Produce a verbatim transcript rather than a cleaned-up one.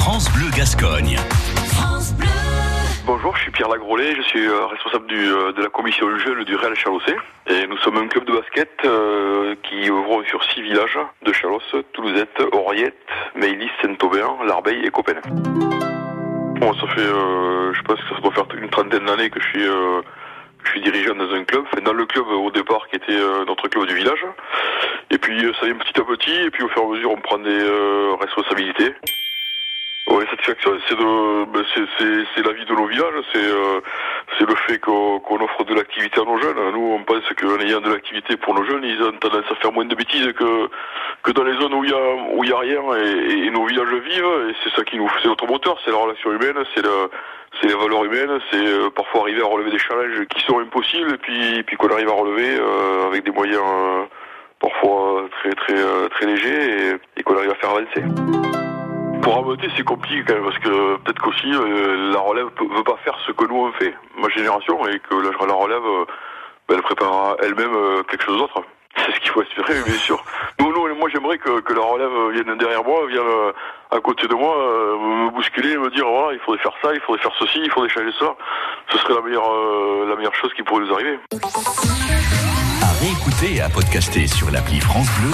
France Bleu Gascogne. France Bleu. Bonjour, je suis Pierre Lagrolet, je suis euh, responsable du, euh, de la commission jeunes du Real Chalossé. Et nous sommes un club de basket euh, qui œuvre sur six villages de Chalosse, Toulousette, Oriette, Meilly, Saint-Aubin, L'Arbeil et Coppens. Bon, ça fait, euh, je pense que ça doit faire une trentaine d'années que je suis, euh, que je suis dirigeant dans un club. Enfin, dans le club au départ qui était euh, notre club du village. Et puis euh, ça vient petit à petit, et puis au fur et à mesure on prend des euh, responsabilités. Oui, satisfaction, c'est de, ben c'est, c'est, c'est la vie de nos villages, c'est, euh, c'est le fait qu'on, qu'on offre de l'activité à nos jeunes. Nous, on pense qu'en ayant de l'activité pour nos jeunes, ils ont tendance à faire moins de bêtises que, que dans les zones où il y a, où il y a rien, et, et nos villages vivent, et c'est ça qui nous, c'est notre moteur, c'est la relation humaine, c'est le, c'est les valeurs humaines, c'est euh, parfois arriver à relever des challenges qui sont impossibles, et puis, et puis qu'on arrive à relever, euh, avec des moyens, euh, parfois très, très, euh, très légers, et, et qu'on arrive à faire avancer. Pour Ameuter, c'est compliqué quand même, parce que peut-être qu'aussi euh, la relève ne veut pas faire ce que nous on fait, ma génération, et que la, la relève, euh, ben, elle prépare elle-même euh, quelque chose d'autre. C'est ce qu'il faut espérer, bien sûr. Nous, nous, moi j'aimerais que, que la relève vienne derrière moi, vienne euh, à côté de moi, euh, me bousculer, me dire voilà, il faudrait faire ça, il faudrait faire ceci, il faudrait changer ça. Ce serait la meilleure, euh, la meilleure chose qui pourrait nous arriver. À réécouter et à podcaster sur l'appli France Bleu.